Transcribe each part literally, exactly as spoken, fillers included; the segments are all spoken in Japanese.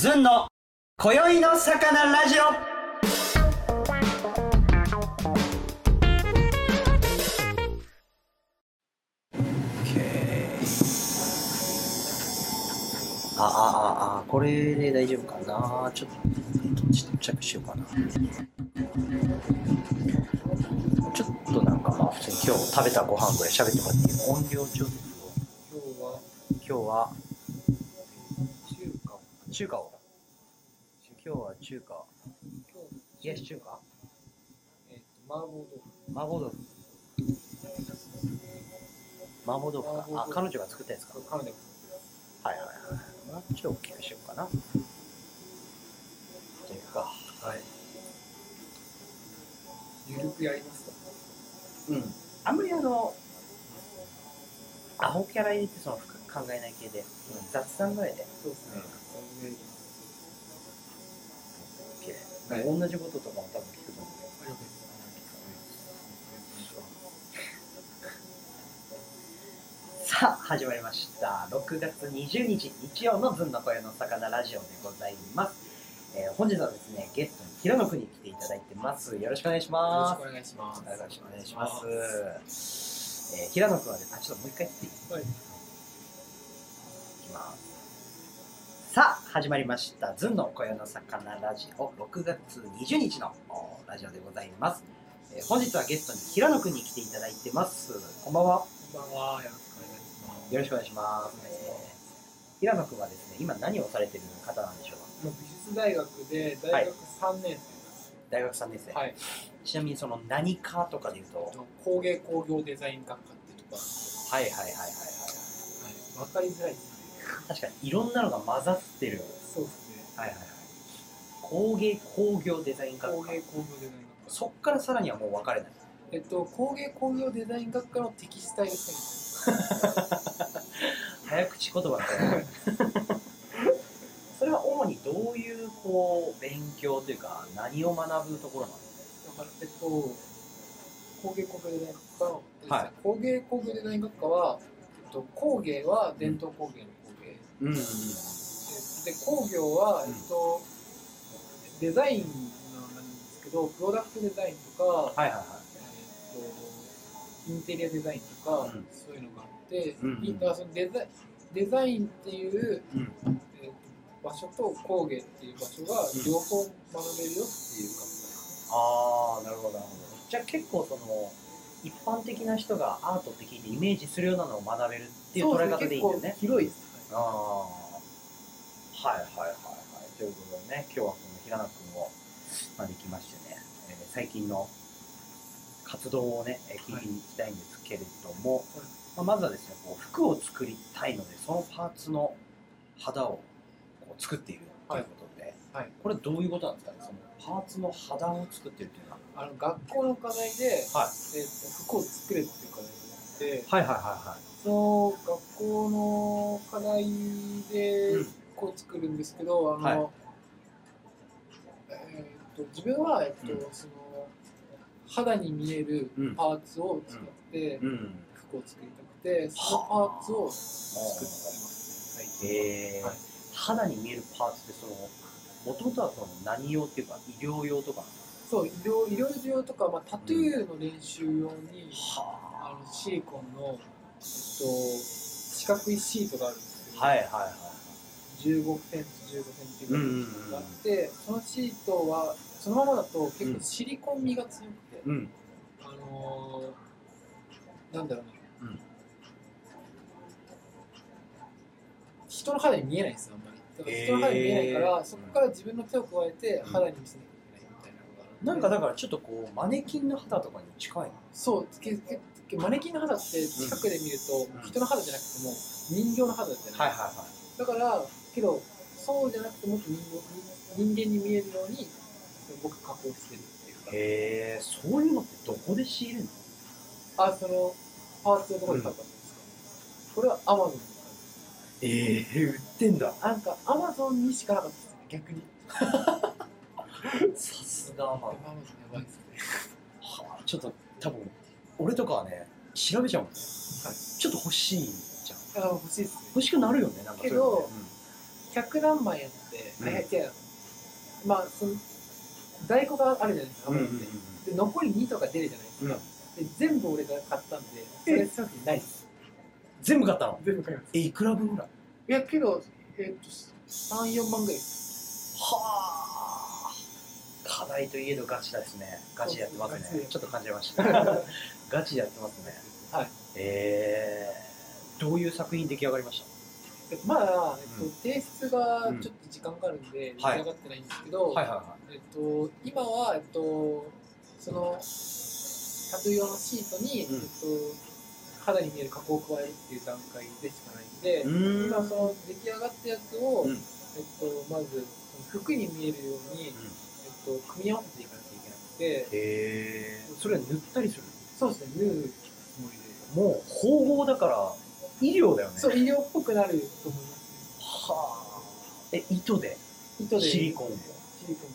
ずんの今宵の魚ラジオ。ああああこれで大丈夫かな。ちょっとちっちゃくしようかな。ちょっとなんかまあ普通に今日食べたご飯ぐらい喋ってもらっていい？音量調節を。今日は今日は中華中華を今日は中華冷やし中華えっと麻婆豆腐麻婆豆腐麻婆豆腐か。あ、彼女が作ったやつか。 彼女がはいはいはい。もうちょっと大きくしようかな。じゃあいくか。はい。 ゆるくやりますか？ うん。あんまりあのアホキャラ入れてその深く考えない系で、うん、雑談ぐらいで。 そうですね。 うん、はい、同じこととかも多分聞くと思うけど。ありがとうございます。さあ始まりましたろくがつにじゅうにち日曜のずんの声の魚ラジオでございます。えー、本日はですねゲストに平野くんに来ていただいてます。よろしくお願いします。 よろしくお願いします。 よろしくお願いします。えー、平野くんはですね、ちょっともう一回言っていい？はい。いきます。さあ始まりましたずんの声の魚ラジオろくがつにじゅうにちのラジオでございます。えー、本日はゲストに平野くんに来ていただいてます。こんばんは。 こんばんは。 よろしくお願いします。えー、平野くんはですね、今何をされている方なんでしょうか？ 美術大学で大学さんねんせいです。 大学さんねん生。はい。ちなみにその何科とかでいうと工芸工業デザイン学科っていうところ。 はいはいはいはいはい。 わかりづらいですね。 確かにいろんなのが混ざってる。 そうですね。 はいはいはい。工芸工業デザイン学科。 工芸工業デザイン学科。 そっからさらにはもう分かれない。 えっと工芸工業デザイン学科のテキスタイル専攻。 早口言葉みたいな。それは主にどういうこう勉強というか何を学ぶところなんですか？ だからえっと工芸工業デザイン学科の、 はい、 工芸工業デザイン学科は、えっと、工芸は伝統工芸の工芸、うんうんうん、で工業は、えっと、デザインなんですけどプロダクトデザインとか、はいはいはい、えっと、インテリアデザインとか、うん、そういうのがあって、うんうん、だからそのデザ、デザインっていう、うんえー、場所と工芸っていう場所が両方学べるよっていう学科です。 うん、ああ、なるほどなるほど。じゃあ結構その一般的な人がアートって聞いてイメージするようなのを学べるっていう捉え方でいいんだよね。 広いです。 ああ、はいはいはいはい。ということでね、今日はこの平野くんを招きましてね、えー、最近の活動をね、聞いていきたいんですけれども、はいまあ、まずはですね、こう服を作りたいので、そのパーツの肌をこう作っているということで、はいはい、これどういうことなんですかね、そのパーツの肌を作っているというのは。 あの学校の課題で、はいえー、と服を作れっていう課題があって、はいはいはいはい、その学校の課題で服を作るんですけど、うん、あの、はいえー、と自分は、えっとうん、その肌に見えるパーツを使って服を作りたくて、うん、そのパーツを作っていますね、最近は。はい、 肌に見えるパーツってそのもともとはその何用っていうか医療用とか。 そう、医療、医療用とか、まあ、タトゥーの練習用に、うん、あのシリコンの、えっと、四角いシートがあるんですけど、はいはいはい、じゅうごセンチ、じゅうごセンチぐらいのシートがあって、うんうんうん、そのシートはそのままだと結構シリコン味が強くて、うん、あのー、なんだろうな、うん、人の肌に見えないんですよ、あんまり。だから人の肌に見えないから、えー、そこから自分の手を加えて肌に見せなきゃいけないみたいなのがある。 なんかだからちょっとこうマネキンの肌とかに近いの。 そうけけマネキンの肌って近くで見ると、うん、人の肌じゃなくても人形の肌じゃない、はいはいはい、だからけどそうじゃなくてもっと人形、人間に見えるように僕加工してるっていうか。 へえ、そういうのってどこで仕入れるの？ あ、そのパーツをどこで買ったんですか？うん、これはアマゾンで買ったんです。 えー、売ってんだ。 なんかアマゾンにしかなかったですね、逆に。 さすがアマゾン。 アマゾンやばいですね。 はあ、ちょっと多分俺とかはね調べちゃうんですよ、はい、ちょっと欲しいじゃん。 あ、欲しいですね。 欲しくなるよね、なんかそういうのね。けど、 うひゃくなんまいやってうんあ違うまあその在庫があるじゃないですか、 うんうんうんうんで残りにとか出るじゃないですか、で全部俺が買ったんでそれ商品ないです。 全部買ったの？ 全部買います。 え、いくら分ぐらい？ いやけどえっとさん、よんまんぐらいです。 はあ。課題といえどガチですね。ガチでやってますね。ちょっと感じました。ガチでやってますね。 はい。 えー、どういう作品出来上がりました？ まだ、えっとうん提出がちょっと時間かかるんで、出来上がってないんですけど、 はいはいはえっと、今は、えっと、そのタトゥー用のシートに、 うんえっと、肌に見える加工を加えるっていう段階でしかないんで、 い。うーん。 今その出来上がったやつを、 うんえっと、まずその服に見えるように、えっと、組み合わせていかなきゃいけなくて、 へー。それは塗ったりする？ そうですね、縫うつもりで。 もう縫合だから医療だよね。 そう、医療っぽくなると思いますね。 はあ。え、糸で糸でシリコンを。 シリコンの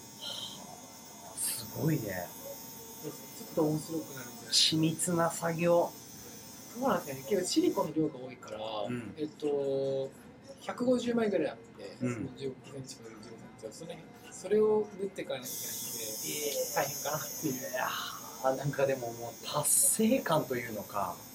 すごいね。 ちょっと面白くなるんじゃない緻密な作業。 そうなんですよね。けどシリコンの量が多いから、 うんえっと、ひゃくごじゅうまいぐらいあって、 うんそのじゅうごセンチかじゅうごセンチそれそれを縫っていかなきゃいけないんで、大変かなっていう。 いやー、なんかでももう達成感というのか、 はい、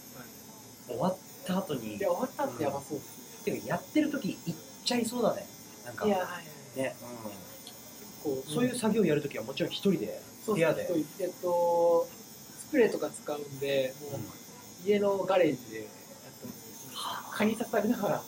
終わった後に、 いや終わったってやばそうですてかやってる時行っちゃいそうだね。なんかね。いや、はいはいね、うん、 結構そういう作業をやるときはもちろん一人で部屋で。 そうえっと、スプレーとか使うんで、もう、 うん家のガレージでやってます。蚊に刺されながら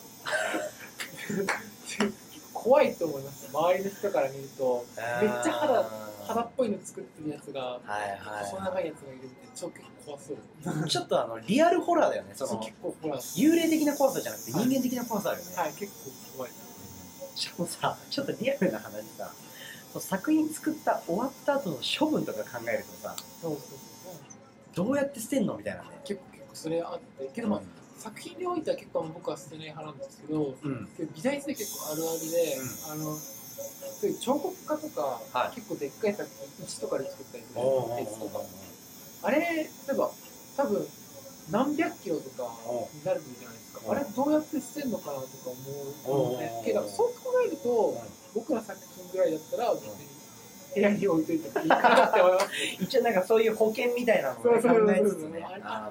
怖いと思います。周りの人から見ると、めっちゃ肌肌っぽいの作ってるやつが、 はいはい、 細長いやつがいるんで、超結構怖そう。 ちょっとあのリアルホラーだよね。その結構怖い。 幽霊的な怖さじゃなくて人間的な怖さあるよね。 はい、はい、結構怖い。 しかもさ、ちょっとリアルな話さ、作品作った終わった後の処分とか考えるとさ、 そうそうそう。 どうやって捨てんのみたいなね。 結構結構それあって、けどまあ、うん、作品においては結構僕は捨てない派なんですけど、うん、けど美大生結構あるあるで、うん、あのそういう彫刻家とか、はい、結構でっかい作品石とかで作ったりする鉄とか、あれ例えば多分何百キロとかになるじゃないですか。あれどうやって捨てんのかなとか思うので、けどそう考えると、僕の作品ぐらいだったら別に部屋に置いといてもいいかなって思います。一応なんかそういう保険みたいなのを、ね、考えつつね。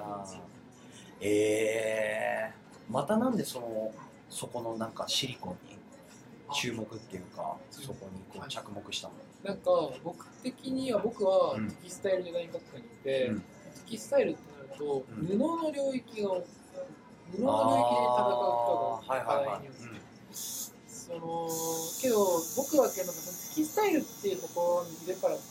えー、またなんでそのそこのなんかシリコンに注目っていうか、そこにこう着目したの？ なんか僕的には僕はテキスタイルデザイン学科にいて、うん、テキスタイルってなると、うん、布の領域が布の領域で戦う人が課題によって。そのけど僕はけどテキスタイルっていうところにいるからって、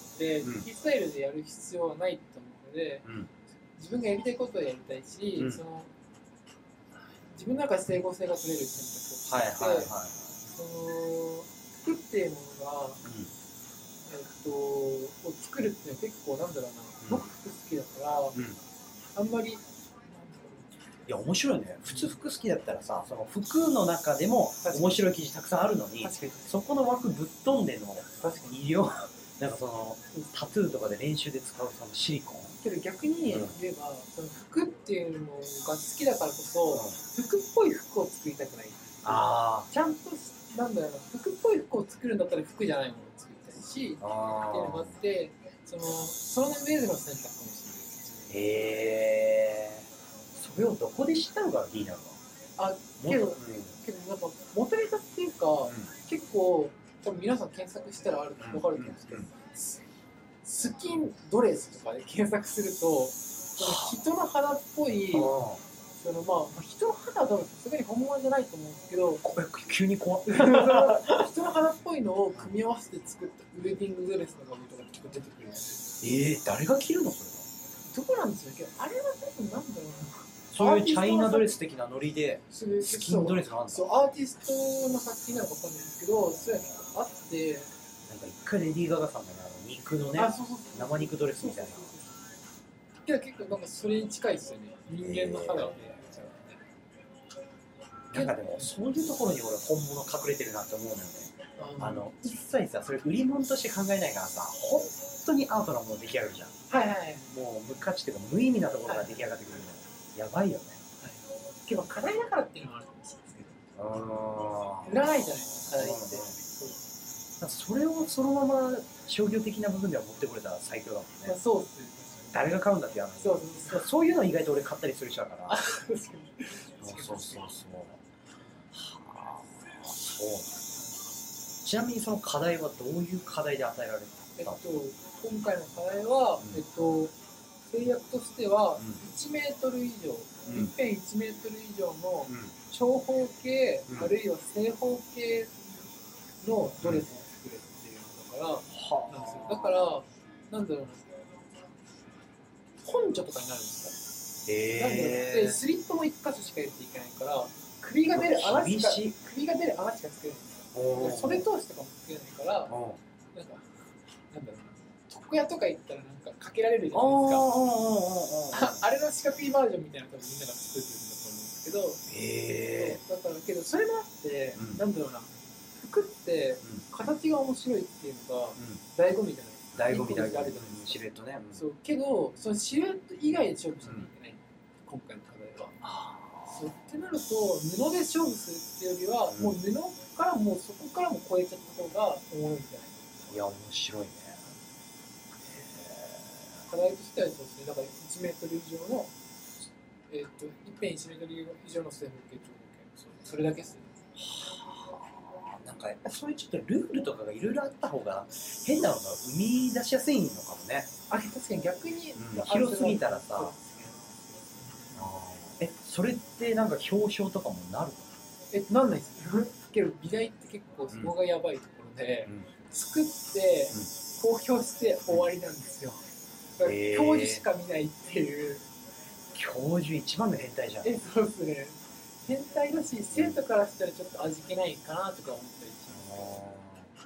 うん、テキスタイルでやる必要はないと思うので、うん、自分がやりたいことをやりたいし、うん、その自分の中で整合性が取れる選択をして、はいはいはい、その服っていうものが、うん、えっとを作るっていうのは結構なんだろうな、僕服好きだから、あんまりいや面白いね。普通服好きだったらさ、その服の中でも面白い生地たくさんあるのに、そこの枠ぶっ飛んでの医療なんかそのタトゥーとかで練習で使うそのシリコン。 けど逆に言えば、うん、その服っていうのが好きだからこそ、うん、服っぽい服を作りたくない。あちゃんとなんだろうな、服っぽい服を作るんだったら服じゃないものを作りたいし、っていうのがあって、そのその上での選択かもしれない。へえ。 それをどこで知ったのか気になるの？あ、けど、うん、けどなんか元ネタっていうか、うん、結構多分皆さん検索したらある分かると思うんですけど、うんうん、スキンドレスとかで検索すると、その人の肌っぽい、そのまあ人の肌は多分さすがに本物じゃないと思うんですけど、 急に怖っ。 人の肌っぽいのを組み合わせて作ったウェディングドレスの画像とか結構出てくるんですよ。 えー、誰が着るのそれは？ どこなんですよ。けどあれは多分なんだろうな。 そういうチャイナドレス的なノリでスキンドレスがあるんだ。 そう、アーティストの作品なのかわかんないんですけど、そういうのがあって、 なんか一回レディー・ガガさんの肉のね、生肉ドレスみたいな。 けど結構なんかそれに近いですよね。人間の肌を。 なんかでもそういうところに俺本物隠れてるなって思うのよね。あの一切さ、それ売り物として考えないからさ、本当にアートなもの出来上がるじゃん。はいはいはい。もう無価値っていうか無意味なところが出来上がってくるの。やばいよね。 はい、けど課題だからっていうのはあるかもしれないですけど。 あ売らないじゃないですか課題って。 あ、それをそのまま商業的な部分では持ってこれたら最強だもんね。 まあ、そうっすね。 誰が買うんだって話。 そうそうそう。 そういうの意外と俺買ったりする人だから。 確かに。 そうそうそうそう。はあ、そうなんだ。ちなみにその課題はどういう課題で与えられたの？ えっと今回の課題は、うん、えっと制約としては、うん、いちメートル以上、うん、一辺いちメートル以上の長方形、うん、あるいは正方形のドレスを作れっていうのだから、うん、なんですよ。だからなんだろうな、ポンチョとかになるんですか。へなんだろうでスリットもいっか所しか入れていけないから首が出る穴しか首が出る穴しか作れないんですよ。それ通しとかも作れないから、なんかなんだろうな、床屋とか行ったらなんかかけられるじゃないですか。あれの四角いバージョンみたいなの多分みんなが作ってるんだと思うんですけど、へだからけどそれもあって、うん、なんだろうな、服って形が面白いっていうのが醍醐味じゃない。 醍醐味だけあるシルエットね。 そうけどそのシルエット以外で勝負しなきゃいけない、うん、今回の課題は。そうってなると布で勝負するっていうよりは、うん、もう布からもうそこからも超えちゃった方がおもろいんじゃないですか。 いや面白いね。 課題としてはそうですね。だからいちメートル以上のえっ、ー、と一辺いちメートル以上の正方形長方形、それだけですね。 なんかやっぱそういうちょっとルールとかがいろいろあった方が変なのが生み出しやすいのかもね。 あれ確かに逆に、 うん、広すぎたらさ。え、それってなんか表彰とかもなるの？ え、なんないですよ。けど美大って結構そこがやばいところで、うん、作って、うん、公表して終わりなんですよ。だから教授しか見ないっていう。 教授一番の変態じゃん。 え、そうですね。変態だし、生徒からしたらちょっと味気ないかなとか思ったりします。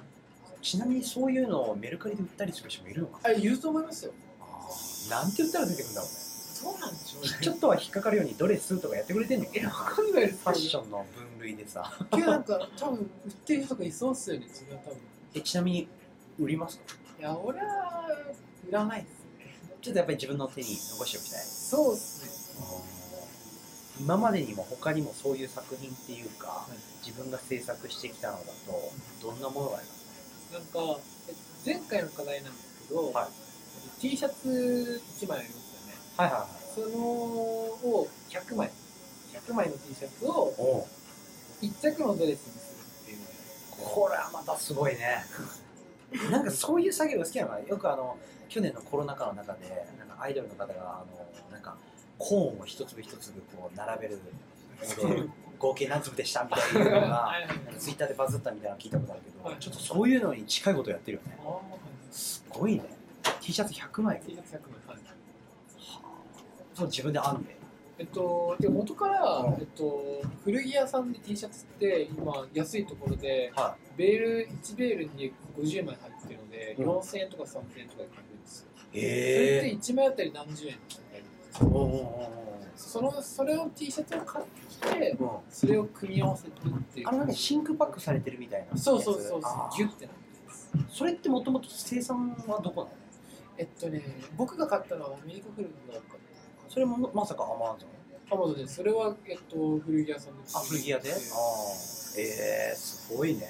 ちなみにそういうのをメルカリで売ったりする人もいるのかな？ あ、いると思いますよ。 なんて言ったら出てくるんだろうね。 そうなんでしょうね。 ちょっとは引っかかるようにドレスとかやってくれてんの？ え、わかんないです。 ファッションの分類でさ。 けどなんか多分売ってる人とかいそうっすよね。自分は多分。 え、ちなみに売りますか？ いや、俺は売らないっすね。 ちょっとやっぱり自分の手に残しておきたい。 そうっすね。 今までにも他にもそういう作品っていうか、はい、自分が制作してきたのだとどんなものがありますか？ なんか前回の課題なんですけど、はい、T シャツいちまいありますよね。はいはいはい。そのをひゃくまいひゃくまいの T シャツをいっちゃくのドレスにするっていうのを、 これはまたすごいね。なんかそういう作業が好きなのかな。よくあの去年のコロナ禍の中でなんかアイドルの方があのなんかコーンを一粒一粒こう並べるので合計何粒でしたみたいなのがツイッターでバズったみたいなの聞いたことあるけど、はい、ちょっとそういうのに近いことやってるよね。すごいね。 T シャツひゃくまい。 T シャツひゃくまい、はい、 そう自分で編んで、 えっと、で元から、うん、えっと、古着屋さんで T シャツって今安いところで、はい、ベールいちベールにごじゅうまい入ってるので、うん、よんせんえんとかさんぜんえんとかで買えるんですよ。へー。それっていちまいあたり何十円とか買えるんですよ。そのそれを T シャツを買ってきて、うん、それを組み合わせてっていう。 あのなんか真空パックされてるみたいな。 そうそうそうそう、ギュッてなってます。 それってもともと生産はどこなの？ えっとね、僕が買ったのはアメリカ古着が多かった。 それもまさかアマゾン？ アマゾンです。それは、えっと、古着屋さんです。 あ、古着屋で？ああ、えー、すごいね。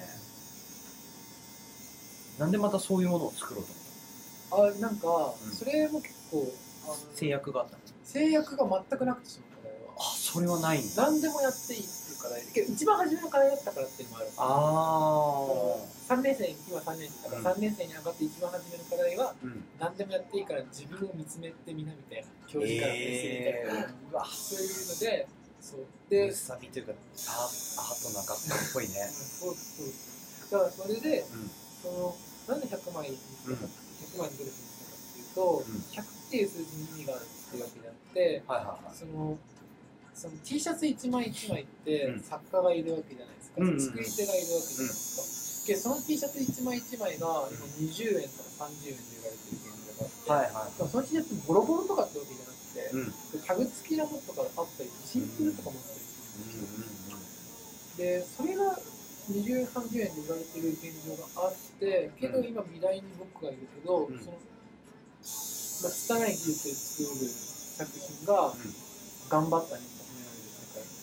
なんでまたそういうものを作ろうと思った？あ、なんか、うん、それも結構あの制約があったの？ 制約が全くなくて、その課題は。 あ、それはないんだ。 何でもやっていいっていう課題で、けど一番初めの課題だったからっていうのもある。ああ。さんねん生、今さんねん生だから、うん、さんねん生に上がって一番初めの課題は、うん、何でもやっていいから自分を見つめてみなみたいな、教授からメッセージみたいな、えー、うわ、そういうので、そうで、 サビというかアートな学校っぽいね。 そうそう。だからそれで、うん、そのなんでひゃくまいにしたか、うん、ひゃくまいのドレスにしたかっていうと、うん、ひゃくっていう数字に意味があるっていうわけであって、はいはいはい、そのその T シャツいちまいいちまいって作家がいるわけじゃないですか、うん、作り手がいるわけじゃないですか。うん、でその T シャツいちまいいちまいが今にじゅうえんとかさんじゅうえんで売られてる現状があって、はいはい、その T シャツボロボロとかってわけじゃなくて、うん、タグ付きなものとかあったりシンプルとかもあったりするんですよ。でそれがにじゅう、さんじゅうえんで売られてる現状があってけど、今美大に僕がいるけど、うん、そのまあ、拙い技術で作る作品が頑張ったねと褒められる世界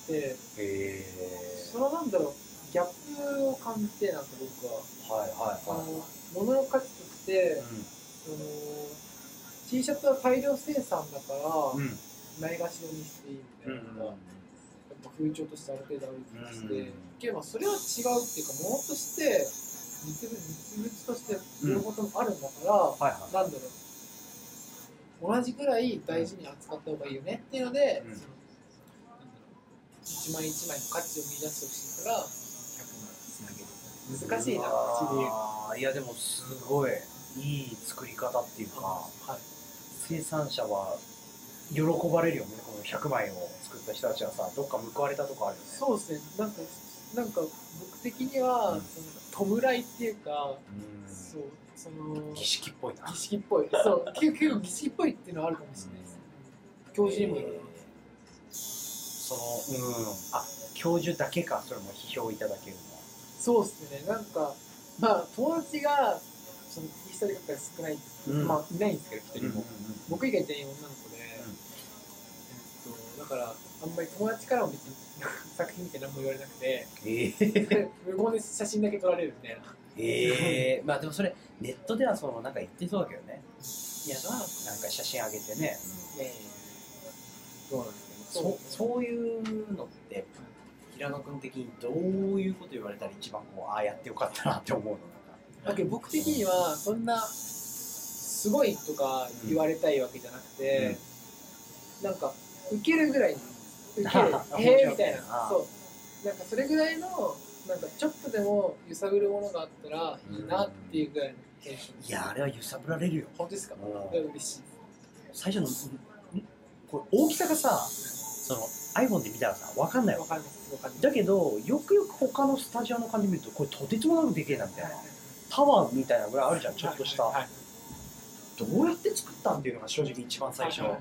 て、 へそのなんだろう、ギャップを感じて、なんか僕は、 はいはいそのは物の価値として、 い。うんその T シャツは大量生産だから、 うんないがしろにしていいみたいなのが、やっぱ風潮としてある程度ある気がして、 うんけどまあそれは違うっていうか、物として実物実物として売ることもあるんだから、 はいはいなんだろう、同じくらい大事に扱った方がいいよねっていうので、 うんそのなんだろう、一枚一枚の価値を見出してほしいからひゃくまんつなげる。難しいな口で言う。 あーいやでもすごいいい作り方っていうか、 はい、 生産者は喜ばれるよね。このひゃくまいを作った人たちはさ、どっか報われたとこあるよね。 そうですね、なんかなんか僕的には、 うんその弔いっていうか、 うんそうその儀式っぽいな。 儀式っぽい、そう結構儀式っぽいっていうのはあるかもしれないです。教授にも言われまえーそのうんあ教授だけかそれも批評いただけるのは。 す。そうですね、なんかまあ友達がそのインスタで書くから少ない、 うんまあいないんですけど一人も、僕以外全員女の子で、 んえっとだからあんまり友達からも別に作品見て何も言われなくて、 えー、 無言で写真だけ撮られるみたいな。 えー、まあでもそれネットではそのなんか言ってそうだけどね。 いやな、 なんか写真上げてね。 いやいやいや、そうなんですけど、 そそういうのって平野君的にどういうこと言われたら一番こうああやってよかったなって思うのなんか。 だけど僕的にはそんなすごいとか言われたいわけじゃなくて、うん、なんか受けるぐらいに受けるへえみたいな、そうなんかそれぐらいのなんかちょっとでも揺さぶるものがあったらいいなっていうぐらいのテンションです。 いやあれは揺さぶられるよ。 本当ですか？ うん、 嬉しい。 最初のこれ大きさがさその iPhone で見たらさ分かんないわ。 分かんないです分かんない。 だけどよくよく他のスタジオの感じ見るとこれとてつもなくでけえなみたいな、タワーみたいなぐらいあるじゃんちょっとした、はいはいはい、どうやって作ったんっていうのが正直一番最初、はいはい、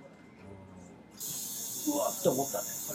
うわって思ったね、はい、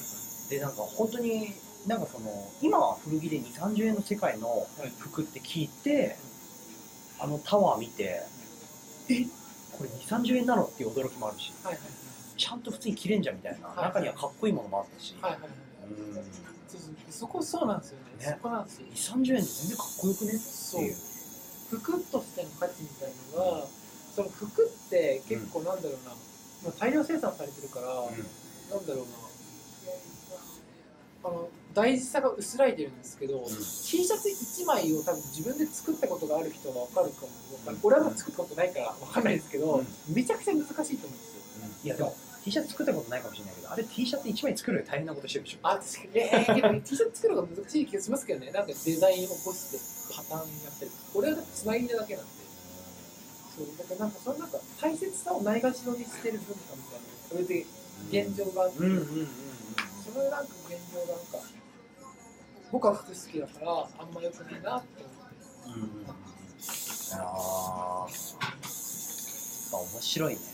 でなんか本当になんかその今は古着でにじゅうさんじゅうえんの世界の服って聞いて、はい、あのタワー見てえこれにじゅうさんじゅうえんなのっていう驚きもあるし、はいはい、ちゃんと普通に着れんじゃんみたいな、はいはい、中にはかっこいいものもあったし、はいはいはい、うんそこそうなんですよね。ね、そこなんですよ。 にじゅうさんじゅうえんで全然かっこよくねっていう。 そう。服としての価値みたいなのが、うん、その服って結構なんだろうな、うん、大量生産されてるから、うん、なんだろうな、あの大事さが薄らいでるんですけど、うん、T シャツいちまいを多分自分で作ったことがある人は分かるかも、うん、俺はもう作ったことないから分かんないですけど、うん、めちゃくちゃ難しいと思うんですよ。 うん、いやでも T シャツ作ったことないかもしれないけど、あれ T シャツいちまい作るの大変なことしてるでしょ。 あ、確かに。えー、けど T シャツ作るのが難しい気がしますけどね。なんかデザインを起こしてパターンやったり。俺はだってつなぎだけなんで。そう、だからなんかそのなんか大切さをないがしろにしてる文化みたいな。それで現状があって、うんうんうんうん、そのなんか現状がなんか僕は服好きだからあんま良くないなって思って。うん、 ああ、面白いね。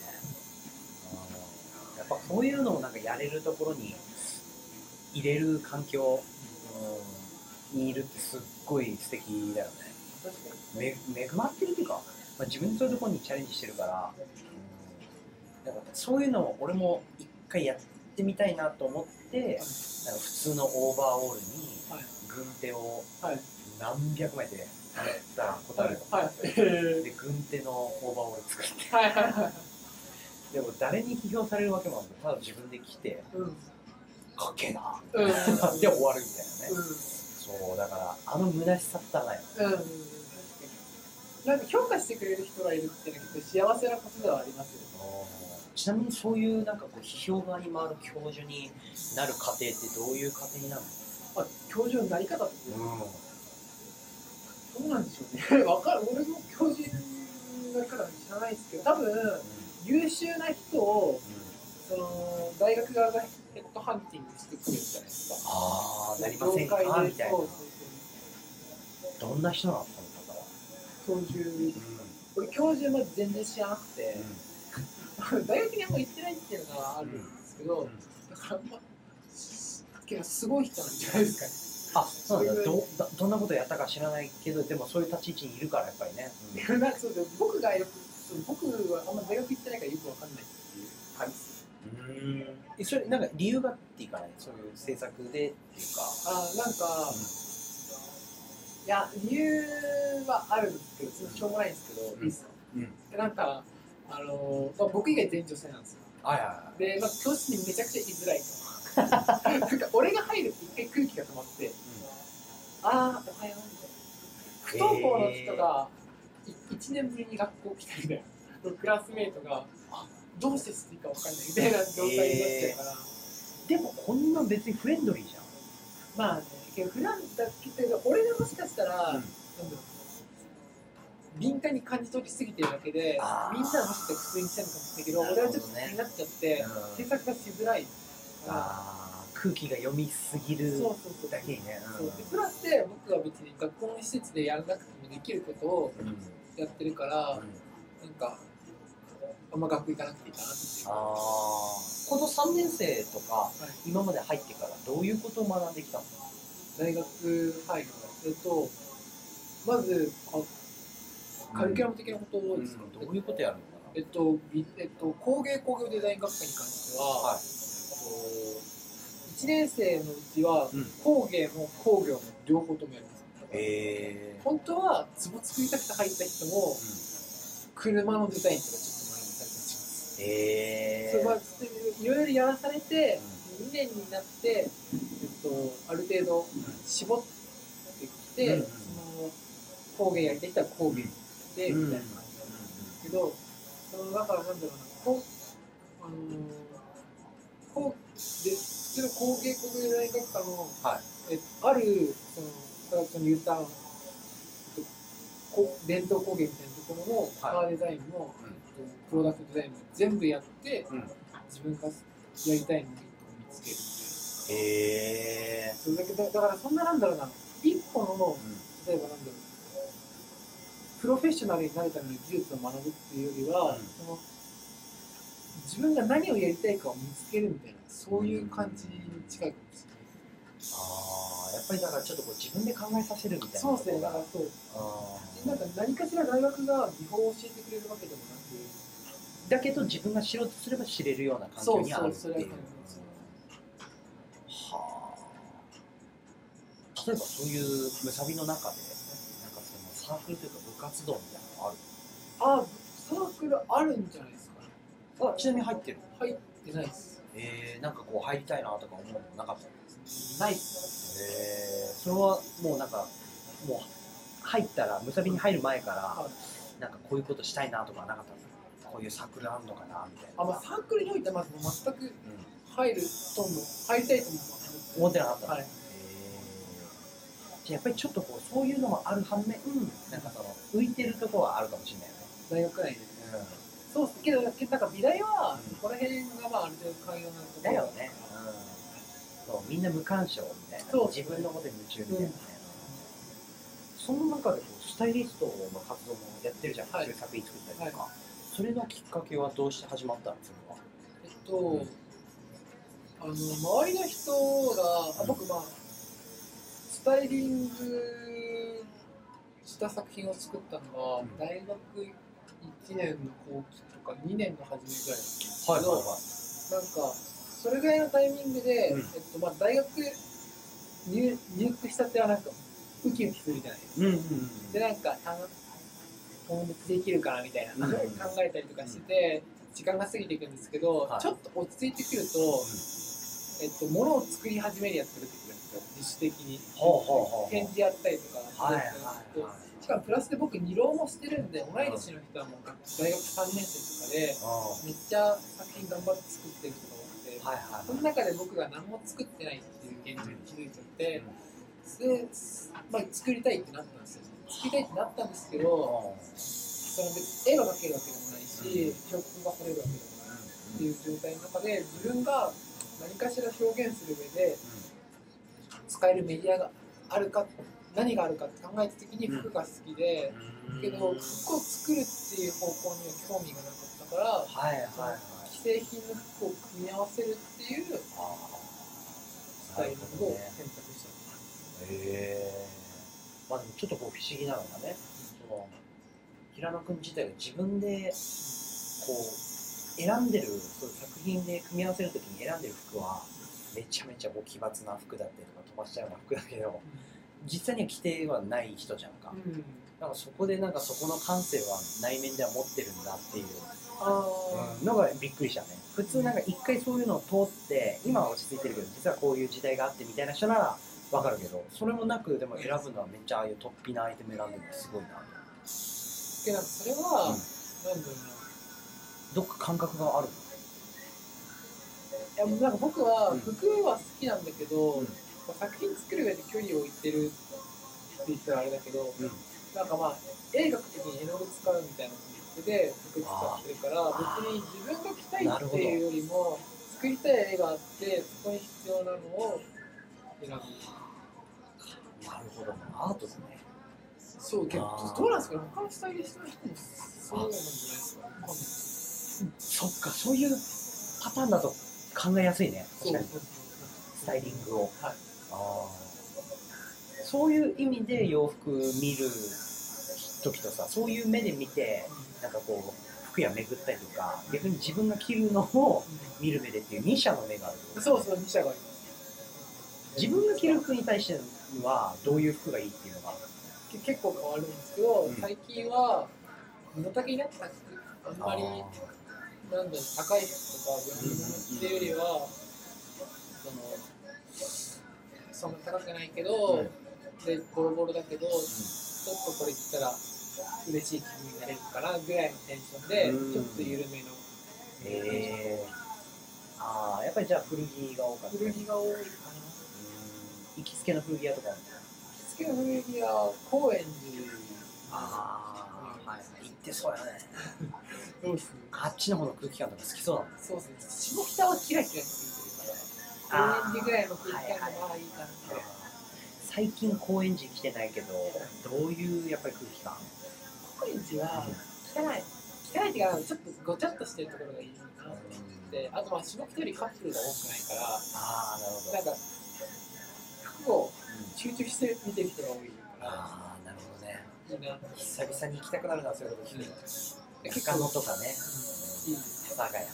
やっぱそういうのをなんかやれるところに入れる環境、うん、にいるってすっごい素敵だよね。確かにめ恵まってるっていうか、まあ、自分でそういうところにチャレンジしてるから、うん、だからそういうのを俺も一回やってみたいなと思って、はい、なんか普通のオーバーオールに軍手を何百枚で洗ったことあるよ、はいはい、で軍手のオーバーオール作って、はいはいはい、でも誰に批評されるわけもなくただ自分で着て、うん、かっけえな、うん、で終わるみたいなね、うん、そうだからあの虚しさったらないよ、うん、 なんか評価してくれる人がいるっていうのは結構幸せなことではありますよね。 ちなみにそういうなんかこう批評側に回る教授になる過程ってどういう過程になるの？ あ、教授のなり方って、うん、どうなんでしょうね。わかる。俺も教授のなり方知らないですけど、多分、うん、優秀な人を、うん、その大学側がヘッドハンティングしてくれるじゃないですか。 ああ、なりませんかみたいな。そうそうそう。どんな人なのその方は？ 教授、うん、俺教授まで全然知らなくて、うん、大学にあんま行ってないっていうのがあるんですけど、うん、だからあんま。すごい人なんじゃないですかね。あ、そうなんだ。ど、 どんなことやったか知らないけど、でもそういう立ち位置にいるからやっぱりね。 うん、なんかそうで僕がよく、僕はあんま大学行ってないからよくわかんないっていう感じです。 うんえそれなんか理由があっていいかないそういう制作でっていうかあなんか、うん、いや理由はあるんですけどしょうもないんですけど、うん、いいっすか、うん、なんかあのーまあ、僕以外全員女性なんですよ。はいはいはい、で、まあ、教室にめちゃくちゃ居づらいとなんか俺が入ると一回空気が止まって、うん、ああおはようみたいな不登校の人がいちねんぶりに学校来たみたいなクラスメイトがあどうしてしていいか分かんないみたいな状態になっちゃうから、 でもこんな別にフレンドリーじゃん。 まあね、けど普段だけど俺がもしかしたら、うん、なんだろう敏感に感じ取りすぎてるだけでみんなはもしかしたら普通にしてるのかもしれないけど、俺はちょっと気になっちゃって、うん、制作がしづらい。 あ空気が読みすぎるだけにね。 そうでプラスで僕は別に学校の施設でやらなくてもできることをやってるから、うん、なんかあんま学校行かなくていいかなっていう。あこのさんねん生とか、はい、今まで入ってからどういうことを学んできたの？ 大学入るえっとまずカリキュラム的なことをですか、 うん、どういうことやるのかな。 えっと、えっと、工芸工業デザイン学科に関しては、はい、いちねん生のうちは、うん、工芸も工業も両方ともやります。へー。本当は壺作りたくて入った人も、うん、車のデザインとかちょっと学んだりします。へー。それはいろいろやらされて、うん、にねんになって、えっと、ある程度絞ってきて、うん、その工芸やりたい人は工芸で、みたいな感じなんですけど、そのだからなんだろうな、こう、あのー、こうで普通の工芸工芸デザイン学科の、はい、えあるその形に言ったこ伝統工芸みたいなところのカーデザインも、はい、プロダクトデザインも全部やって、うん、自分がやりたいのを見つけるみたいな。へー。それだけだだからそんななんだろうな、一個の、うん、例えばなんだろう。プロフェッショナルになるための技術を学ぶっていうよりは、うん、その自分が何をやりたいかを見つけるみたいな、そういう感じに近いかもしれない。 ああ、やっぱりだからちょっとこう自分で考えさせるみたいな。 そうですね、だからそう。あなんか何かしら大学が技法を教えてくれるわけでもなく、 だけど自分が知ろうとすれば知れるような環境にあるっていう。そうそう、それははあ。例えばそういうむさびの中で、なんかそのサークルというか部活動みたいなのある？ あ、サークルあるんじゃないですか。 あ、ちなみに入ってる？ 入ってないです。 えー、なんかこう入りたいなとか思うのなかったんです？ ないっす。 えー、それはもうなんかもう入ったらむさびに入る前から、はい、なんかこういうことしたいなとかなかったんですか？こういうサークルあんのかなみたいな。 あ、まあサークルにおいてはまず全く入ると思う、入りたいと思ってなかった。はい。やっぱりちょっとこうそういうのもある反面、うん、なんかその浮いてるところはあるかもしれないよね。 大学内で、うん、そうですけど、なんか美大は、うん、ここら辺がまあある程度寛容なところだよね、うん、そうみんな無干渉みたいな、自分のことに夢中みたいなね、うん、その中でこうスタイリストの活動もやってるじゃん、はい、そういう作品作ったりとか、はい、それのきっかけはどうして始まったんですか？ えっと、うん、あの周りの人が、あ僕まあスタイリングした作品を作ったのは、うん、大学いちねんの後期とかにねんの初めぐらいだったんですけど、はいはいはい、なんかそれぐらいのタイミングで、うん、えっとまあ、大学 入, 入学したってはなんかウキウキするじゃないですか、うんうんうん、でなんか友達できるかなみたいな、うん、考えたりとかしてて、うん、時間が過ぎていくんですけど、はい、ちょっと落ち着いてくると、うん、えっと、物を作り始めるやつが出てくるんですよ、自主的に。ほうほうほう、展示やったりとか、はいはいはい、しかもプラスで僕二浪もしてるんで、同い年の人はもう大学さんねん生とかでめっちゃ作品頑張って作ってる人が多くて、はいはいはい、その中で僕が何も作ってないっていう現状に気づいちゃって、うん、で、まあ、作りたいってなったんですよ。作りたいってなったんですけど、その別に絵が描けるわけでもないし、彫刻が彫れるわけでもないっていう状態の中で、自分が何かしら表現する上で使えるメディアがあるか、何があるかって考えた時に服が好きで、うん、けど服を作るっていう方向には興味がなかったから、はいはいはい、既製品の服を組み合わせるっていうスタイリングを選択したんです。 へー。まあでもちょっとこう不思議なのがね、その平野君自体が自分でこう選んでるそういう作品で組み合わせるときに選んでる服はめちゃめちゃこう奇抜な服だったりとか飛ばしちゃうような服だけど、実際には着てはない人じゃんか、 うん、 だからそこでなんかそこの感性は内面では持ってるんだっていうあうんのがびっくりしたね。普通なんか一回そういうのを通って今は落ち着いてるけど実はこういう時代があってみたいな人ならわかるけど、それもなくでも選ぶのはめっちゃああいう突飛なアイテム選んでるのすごいなと。 でなんかそれは、 うん、 なんだろうな、 どっか感覚があるの？ いやなんか僕は服は好きなんだけど、 うん、 作品作る上で距離を置いてるって言ったらあれだけど、 うん、 なんかまあ映画の時に絵の具使うみたいなので服使ってるから別に自分が着たいっていうよりも作りたい絵があってそこに必要なのを選ぶ。 なるほど、アートだね。 そう結構どうなんですかね、他のスタイリストの人もそうなんじゃないですか。わかんない。 そっか、そういうパターンだと考えやすいね。確かにスタイリングを、 はい、 あそういう意味で洋服見る時とさ、そういう目で見てなんかこう服屋巡ったりとか逆に自分が着るのを見る目でっていうに者の目がある。 そうそう、に者があります。 自分が着る服に対してはどういう服がいいっていうのが結構変わるんですけど、 うん、 最近は物丈になった服あんまりなんだろう高い服とかブランド物っていうよりは、そのそんな高くないけど、うん、でボロボロだけど、うん、ちょっとこれ着たら嬉しい気分になれるかなぐらいのテンションで、うん、ちょっと緩めの。 えー、ああやっぱりじゃあ古着が多かった。 古着が多いかな。 行きつけの古着屋とかあるの？ 行きつけの古着屋、高円寺。 ああ、はい、行ってそうやね。 そうっすね。 あっちの方の空気感とか好きそうだもん。 そうっすね。下北はキラキラしてるから、高円寺ぐらいの空気感がまあいいかな。 最近高円寺来てないけど、どういうやっぱり空気感？ 高円寺は汚い。汚いっていうか、ちょっとごちゃっとしてるところがいいなと思って、あとまあ下北よりカップルが多くないから、あー、なるほど。なんか服を集中して見てる人が多いから、あー、なるほどね。いいな。 久々に行きたくなるな、そういうこと聞くと。中野とかね、阿佐ヶ谷。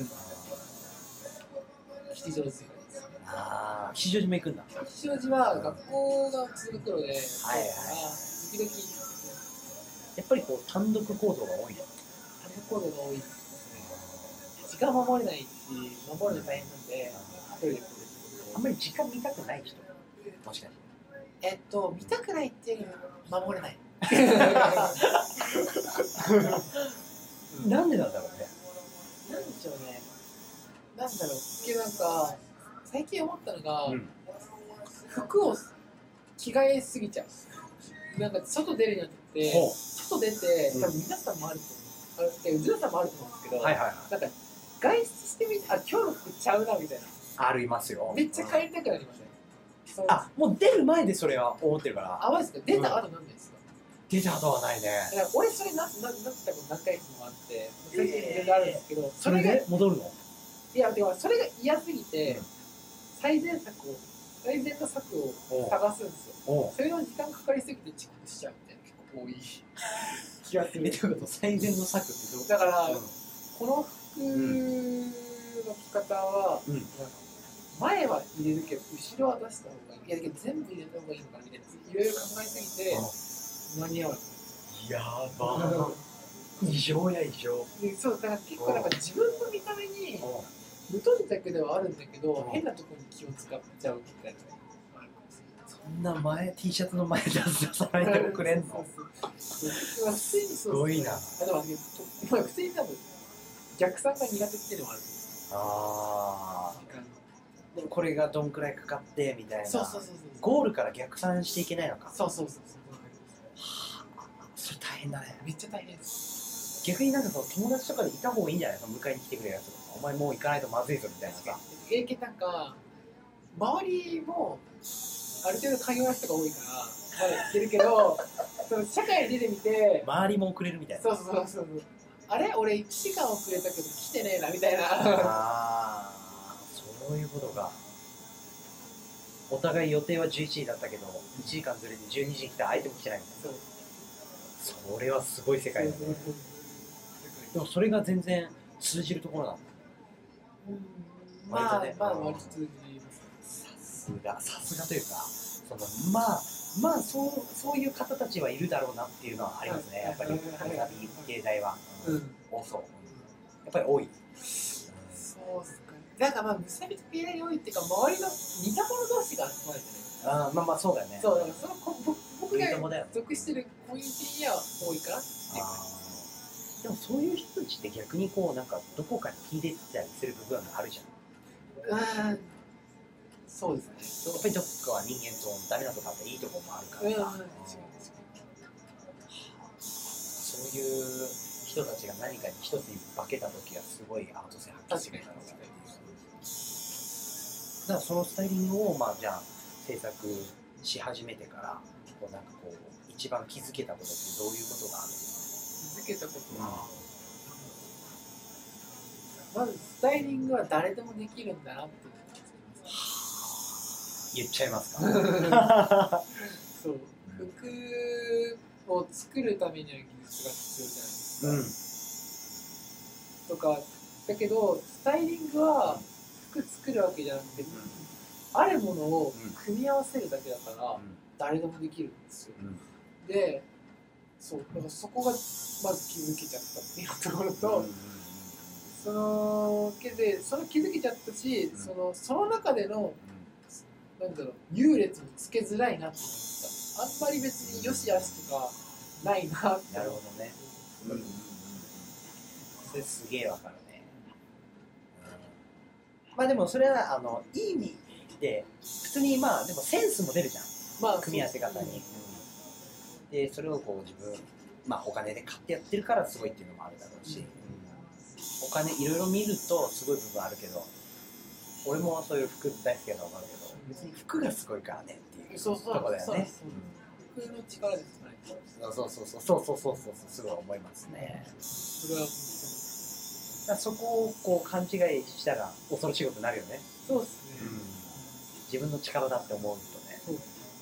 吉祥寺。 ああ、吉祥寺も行くんだ。 吉祥寺は学校が通学路で、はいはい、時々 やっぱりこう単独行動が多いの。 単独行動が多いですね。時間守れないし、守るの大変なんで、一人で来る。 あんまり時間見たくない人。もしかして。 えっと、見たくないっていうより守れない。 なんでなんだろうね。 なんでしょうね。なんだろう。けどなんか、最近思ったのが、うん、服を着替えすぎちゃう。なんか外出るようになって、外出て、多分皆さんもあると思う。あれ、うずらさんもあると思うんですけど、はいはいはい、なんか外出してみて、あ、今日の服ちゃうなみたいな。 ありますよ。 めっちゃ帰りたくなりません、 うん、あ、もう出る前でそれは思ってるから。 あ、マジですか。出た後なんですか、 うん、出た後はないね。 俺それな、な、なったこと何回もあって、最近いろいろあるんですけど、 それで戻るの？ いや、でもそれが嫌すぎて、うん、最善策を、最善の策を探すんですよ。それの時間かかりすぎて遅刻しちゃうみたいな結構多い気がする。 え、どういうこと？最善の策ってどう？ だから、うん、この服の着方は、うん、前は入れるけど、後ろは出した方がいい。いや、だけど全部入れた方がいいのかなみたいな。いろいろ考えすぎて、間に合わない。 やばー。異常や異常。 そう、だから結構なんか自分の見た目に、無頓着ではあるんでは変なところに気を使っちゃうみたいな。 そんな前 T シャツの前出さないでくれんの？ すごいな。 あ、でも普通に多分逆算が苦手っていうのもある。 ああ。でもこれがどんくらいかかってみたいな。 そうそうそうそう。 ゴールから逆算していけないのか。 そうそうそうそう。 はあ、それ大変だね。 めっちゃ大変です。 逆になんかその友達とかでいた方がいいんじゃない？迎えに来てくれるやつとか。お前もう行かないとまずいぞみたいなさ。 えー、けなんか周りもある程度寛容な人が多いからまだ来てるけどその社会に出てみて周りも遅れるみたいな。 そうそうそうそう。あれ俺いちじかん遅れたけど来てねえなみたいな。ああそういうことか。お互い予定はじゅういちじだったけどいちじかんずれてじゅうにじに来た相手も来てないみたいな。そうそれはすごい世界だね。でもそれが全然通じるところなんだ。 うん、まあ、 割とねまあ割と通じますね。 さすがさすがというか、そのまあまあそうそういう方たちはいるだろうなっていうのはありますね。やっぱりわさび経済は、うん、多そう。やっぱり多い。 そうっすか。なんかまあむさびと経済多いっていうか、周りの似た者同士が集まるじゃないですか。 あまあまあそうだよね。 そうだからその僕僕が属してるコミュニティには多いかなっていう感じ。 でもそういう人たちって逆にこうなんかどこかに秀でたりする部分があるじゃん。 うん。そうですね。 やっぱりどっかは人間とダメなとこあっていいところもあるからさ、うん、そういう人たちが何かに一つに化けた時はすごいアート性発揮するから、だからそのスタイリングをまあじゃあ制作し始めてからこうなんかこう一番気づけたことってどういうことがあるんですか？気づけたことは、うん、まずスタイリングは誰でもできるんだなって言っちゃいますか？ そう、服を作るためには技術が必要じゃないですか、うん、とかだけどスタイリングは服作るわけじゃなくて、うん、あるものを組み合わせるだけだから、うん、誰でもできるんですよ、うん、で、そうだからそこがまず気づけちゃったっていうところと、うん、そのけでその気づけちゃったし、うん、そのその中でのなんだろう、優劣もつけづらいなって思いました。あんまり別に良し悪しとかないなって。 なるほどね。うんうんうん。それすげえわかるね。うん、まあでもそれはあのいい意味で普通にまあでもセンスも出るじゃん。まあ組み合わせ方に。うん、でそれをこう自分まあお金で買ってやってるからすごいっていうのもあるだろうし、うん、お金いろいろ見るとすごい部分あるけど、俺もそういう服大好きだから分かるけど。別に服がすごいからねっていうとこだよね。 服の力ですね。 そうそうそうそうそうそうそうそうすごい思いますね。 それはだそこをこう勘違いしたら恐ろしいことになるよね。 そうですね、うん。 自分の力だって思うとね。 そう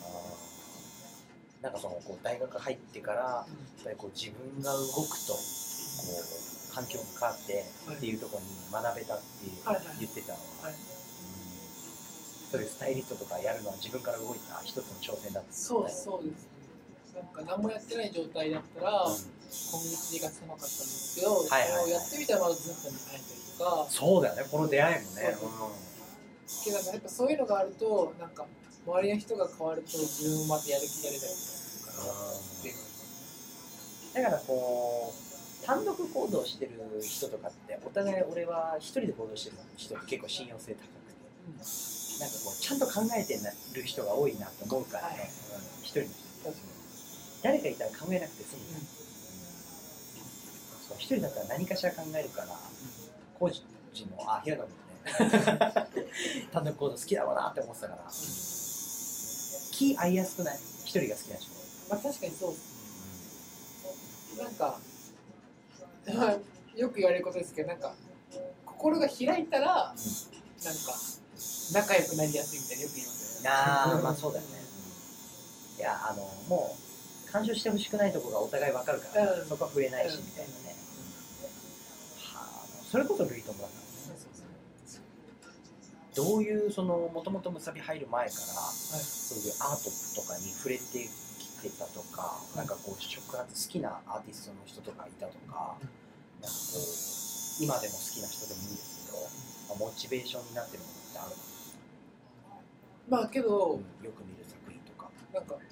あなんかそのこう大学入ってから、やっぱりこう自分が動くとこう環境が変わってっていうところに学べたって言ってたのは。はいはいはい、そういうスタイリストとかやるのは自分から動いた一つの挑戦だった、ね、 そうそうですね。なんか何もやってない状態だったら、うん、コミュニティが狭かったんですけど、はいはいはい、やってみたらまだずっとに会えたりとか。 そうだよね、この出会いもね。 けどやっぱそういうのがあると、なんか周りの人が変わると自分もまたやる気が出たりするからっていう。 だからこう単独行動してる人とかってお互い俺は一人で行動してる人って結構信用性高くて。うん、なんかこうちゃんと考えてる人が多いなと思うからね、はい、うん、一人の人誰かいたら考えなくて済む、うん、そう一人だったら何かしら考えるから、コーチもあ平野もね単独行動好きだろうなって思ってたから、うん、気合いやすくない一人が好きな人。 まあ確かにそうです、うん、なんかよく言われることですけど、なんか心が開いたら、うん、なんか仲良くなりやすいみたいなよく言いますよね。 ああ、まあそうだよね。いや、あの、もう、干渉してほしくないところがお互い分かるから、うん、そこは触れないし、みたいなね。うん、はあ、それこそ類友だからね。どういう、その、もともとむさび入る前から、はい、そういうアートとかに触れてきてたとか、はい、なんかこう、触発、好きなアーティストの人とかいたとか、うん、なんかこう、今でも好きな人でもいいんですけど、まあ、モチベーションになってるものってあるの？ まあけど、 うん、よく見る作品とかなんか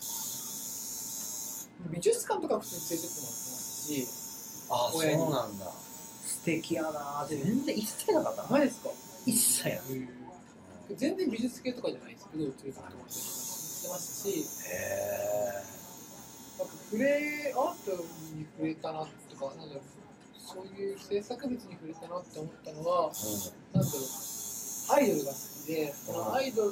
美術館とか普通に連れてってもらってますし、 ああそうなんだ、素敵やな。全然一切なかったな。 マジですか？ 一切や、 全然美術系とかじゃないですけど連れてってもらったりしてますし、 へーなんか触れアートに触れたなとか、なんだろう、そういう制作物に触れたなって思ったのは、うん、なんだろう、アイドルが好きで、そのアイドル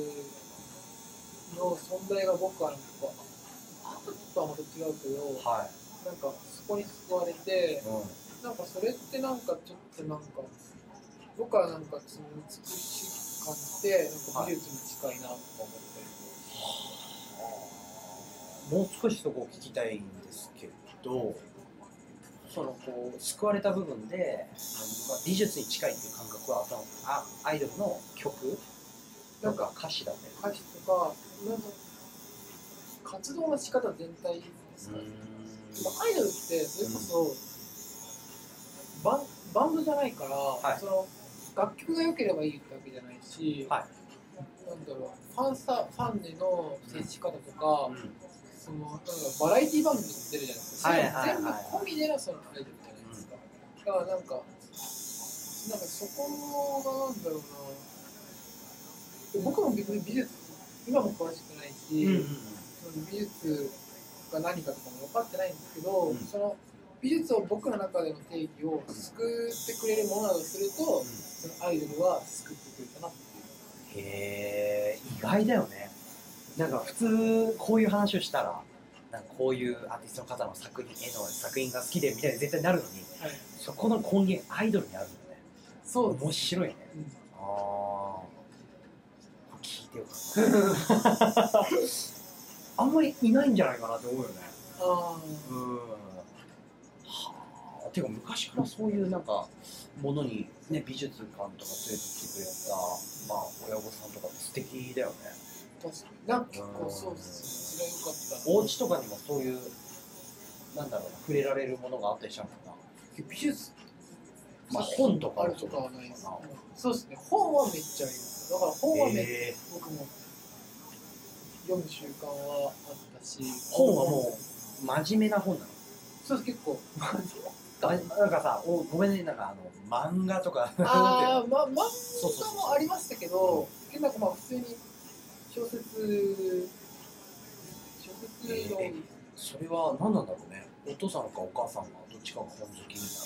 の存在が僕はなんかアートとはまた違うけど、はい、なんかそこに救われて、うん、なんかそれってなんかちょっとなんか僕はなんかその美しい感じでなんか美術に近いなとか思ったり、 はい、もう少しそこを聞きたいんですけど、 そのこう救われた部分で、まあ、美術に近いっていう感覚はそのあアイドルの曲なんか歌詞だったり歌詞とかなんか活動の仕方全体ですかね。アイドルってそれこそ、バンバンドじゃないから、はい、その楽曲が良ければいいってわけじゃないし、はい、なんだろう、ファンサファンでの接し方とか、うん、そのなんかバラエティ番組に出るじゃないですか。それ全部込みでのそのアイドルじゃないですか。だからなんかなんかそこがなんだろうな。僕も別に美術今も詳しくないし、うんうん、その美術が何かとかも分かってないんですけど、うん、その美術を僕の中での定義を救ってくれるものだとすると、うん、そのアイドルは救ってくれたなっていう。 へー、意外だよね。なんか普通こういう話をしたらなんかこういうアーティストの方の作品絵の作品が好きでみたいに絶対なるのに、はい、そこの根源アイドルにあるんだね。そう面白いね、うん、あー聞いてよかったあんまりいないんじゃないかなって思うよね。あーうんはあていうか昔からそういうなんかものに、ね、美術館とか連れてきてくれた、まあ、親御さんとかって素敵だよね。 確かになんか結構そうですね。それは良かった。 お家とかにもそういうなんだろうな触れられるものがあったりしたのかな。 美術まあ本とかあるとかはないですか。そうですね。本はめっちゃあります。だから本はめっちゃ僕も読む習慣はあったし。 本はもう真面目な本なの。 そうです結構真面目。なんかさ、おごめんねなんかあの漫画とか。 ああま漫画もありましたけど、けどなんかまあ普通に小説小説の、えー、 それは何なんだろうね。お父さんかお母さんがどっちかが本好きみたいなこと。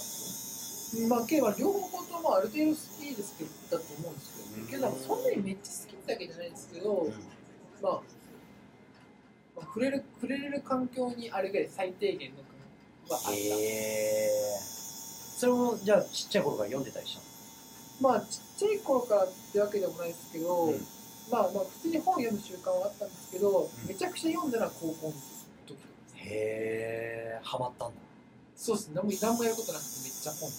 まあけど両方ともある程度好きですけどだと思うんですけど、けどなんかそんなにめっちゃ好きってわけじゃないんですけど、うん、まあ、まあ、触れる触れれる環境にあるぐらい最低限のはあった。へえー、それもじゃあちっちゃい頃から読んでたりしたの？まあちっちゃい頃からってわけでもないですけど、うん、まあまあ普通に本読む習慣はあったんですけど、うん、めちゃくちゃ読んだのは高校の時とか。 へえー、ハマったんだ。 そうですね。何も何もやることなくてめっちゃ本です。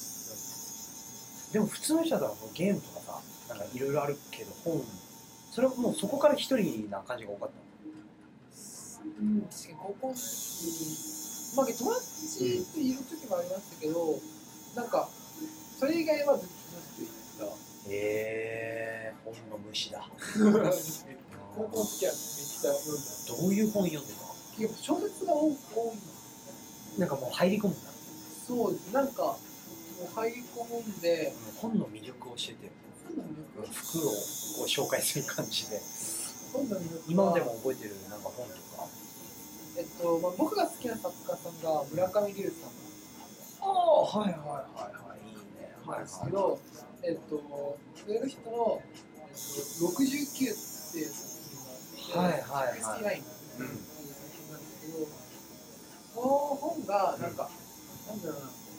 でも普通の人だとゲームとかさ、なんかいろいろあるけど本、それはもうそこから一人な感じが多かったの？ うん、確かに高校の時、まあ友達といる時もありましたけど、うん、なんかそれ以外はずっとずっと言った。 へえー、本の虫だ。 高校の時はめっちゃ読んだ。 どういう本読んでた？ 小説が多い。 なんかもう入り込むんだ。 そうです。なんかもう入り込むんで、 本の魅力を教えてよ。本の魅力。服をこう紹介する感じで。 本の魅力。 今までも覚えてるなんか本とか。 えっとまあ僕が好きな作家さんが村上龍さん。 ああはいはいはいはいいいね。 なんですけど、えっとそれの人のろくじゅうきゅうっていう作品があって、はいはいはい。うん。なんですけど。この本がなんか、うん、なんだろ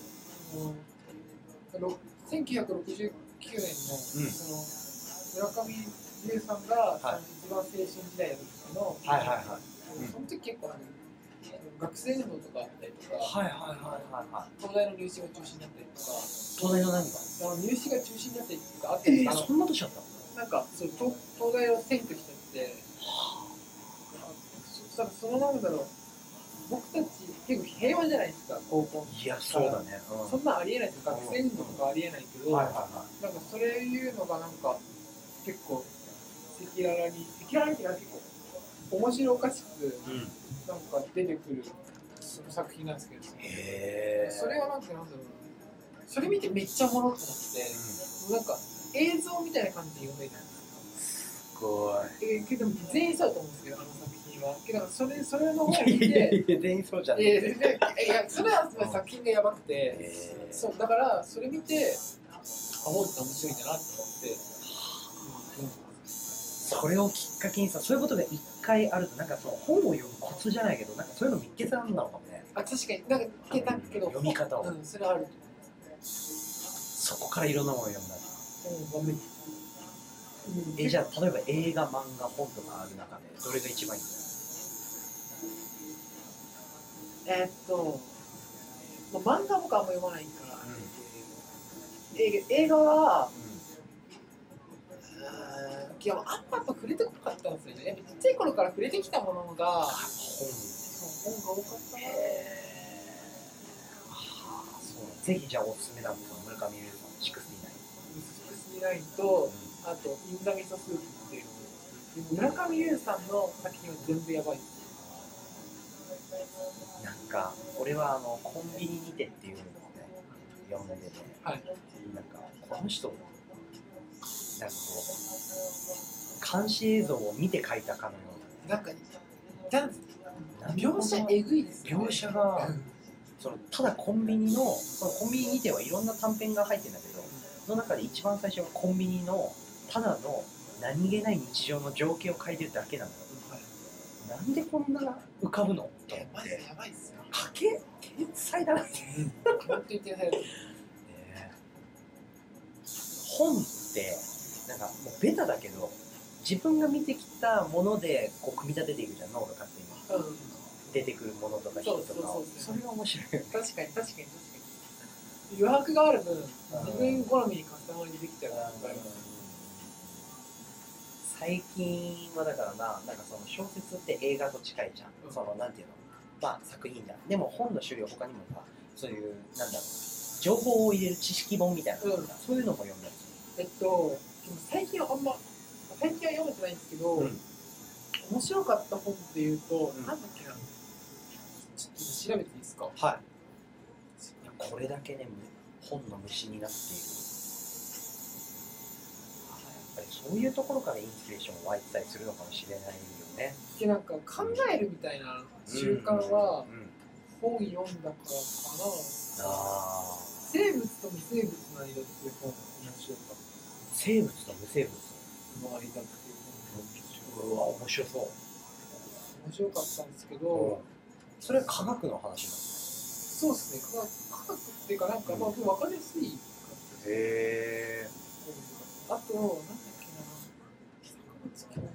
うな、せんきゅうひゃくろくじゅうきゅうねんの、うん、その村上龍さんが、はい、一番青春時代の時の、はいはいはい、その時結構あの学生運動とかあったりとか、はいはいはいはい、東大の入試が中止になったりとか、 東大の何が？ あの入試が中止になったりとかあったりとか、 えー、そんな年あった？ なんかそう東東大を占拠しちゃって、はあ、そのなんだろう。僕たち結構平和じゃないですか高校。 いやそうだね、 うん、そんなありえないです。学生運動とかありえないけど、はいはいはい、なんかそれいうのがなんか結構赤裸々に赤裸々に結構面白おかしく、うん、なんか出てくるその作品なんですけど、へそれはなんかなんだろうな、それ見てめっちゃおもろいと思って、うん、なんか映像みたいな感じで読めるんです。 すごい。 えー、けど全員そうだと思うんですけどあの作品。けどそれそれの方を見て、 全員そうじゃん。 いやいやそれは作品がやばくて、えー、そうだからそれ見てあ本って面白いんだなと思って、 うんうん、それをきっかけにさそういうことが一回あるとなんかその本を読むコツじゃないけどなんかそういうの見っけたんだろうかもね。 あ確かになんか見けたけど、 うん、読み方を、 うん、それはあると思う。 そこからいろんなものを読んだ。 うん、 えじゃあ例えば映画漫画本とかある中でどれが一番いいんだよ？ えー、っとまあ、漫画僕あんま読まないから、うん、映画映画は、うん、いやあんまやっぱ触れてこなかったんですよね。ちっちゃい頃から触れてきたものが本、本が多かったな。 ぜひじゃあおすすめなんですよ、村上龍さんのシックスティナイン。 シックスティナインと、うん、あとインザミソスープっていうの。村上龍さんの作品は全部やばいです。 なんか俺はあのコンビニにてっていうのをね読んでて、はい、なんかこの人なんかこう監視映像を見て描いたかのような、 なんか描写えぐいですね。 描写がそのただコンビニのそのコンビニにてはいろんな短編が入ってるんだけど、その中で一番最初はコンビニのただの何気ない日常の情景を描いてるだけなのよ。なんでこんな浮かぶのと思って、 やばいっすよ。 かけ天才だなって。 本当に天才だ。 本ってなんかもうベタだけど、自分が見てきたものでこう組み立てていくじゃん、脳が勝手に、うん、出てくるものとか人とかを。それが面白いよね。 確かに確かに確かに。余白がある分、自分好みにカスタマイズできちゃうから。 最近はだからな、なんかその小説って映画と近いじゃん、うん、そのなんていうの、まあ作品だ。でも本の種類は他にもさ、そういうなんだろう、情報を入れる知識本みたいな、うん、そういうのも読んだりする。 えっと最近はあんま最近は読めてないんですけど、うん、面白かった本っていうと、うん、なんだっけな、ちょっと調べていいですか。 はい。これだけね本の虫になっている。そういうところからインスピレーションを湧いてたりするのかもしれないよね。 でなんか考えるみたいな習慣は本読んだからかな。あ生物と無生物の間っていう本が面白かった。 生物と無生物の間っていう本が面白そう。 面白かったんですけど、 それは科学の話なんですか。そうですね。科学っていうかなんかまあ分かりやすい。へえ。 あとなんだっけな。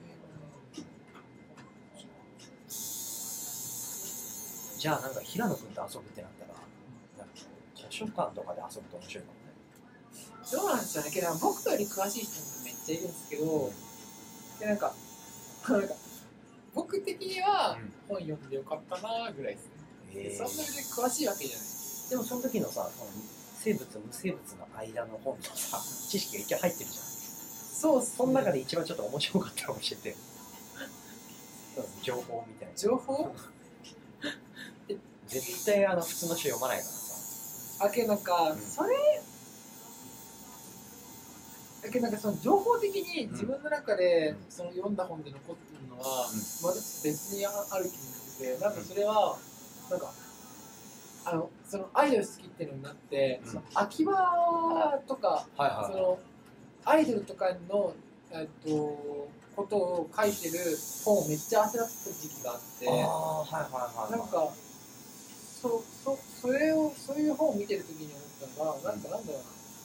じゃあなんか平野君と遊ぶってなったら、なんか図書館とかで遊ぶと面白いかもね。 どうなんですよね。けど僕より詳しい人もめっちゃいるんですけど、うん、でなんかなんか僕的には本読んでよかったなぐらいですね。えー、そんなに詳しいわけじゃない。 でもその時のさ、その生物無生物の間の本のさ知識が一応入ってるじゃん。 そうっすね。 その中で一番ちょっと面白かったら教えて。情報みたいな。 情報？ 絶対あの普通の人読まないからさ。 あけなんか、うん、それだけなんかその情報的に自分の中で、うん、その読んだ本で残ってるのは、うん、また別にある気がしてて、なんかそれは、うん、なんかあのそのアイドル好きっていうのになって、うん、その秋葉とか、はいはいはい、そのアイドルとかのえっとことを書いてる本をめっちゃ焦らせた時期があって、あ、はいはいはい、なんかそそそれをそういう本を見てる時に思ったのが、なんかなんだろう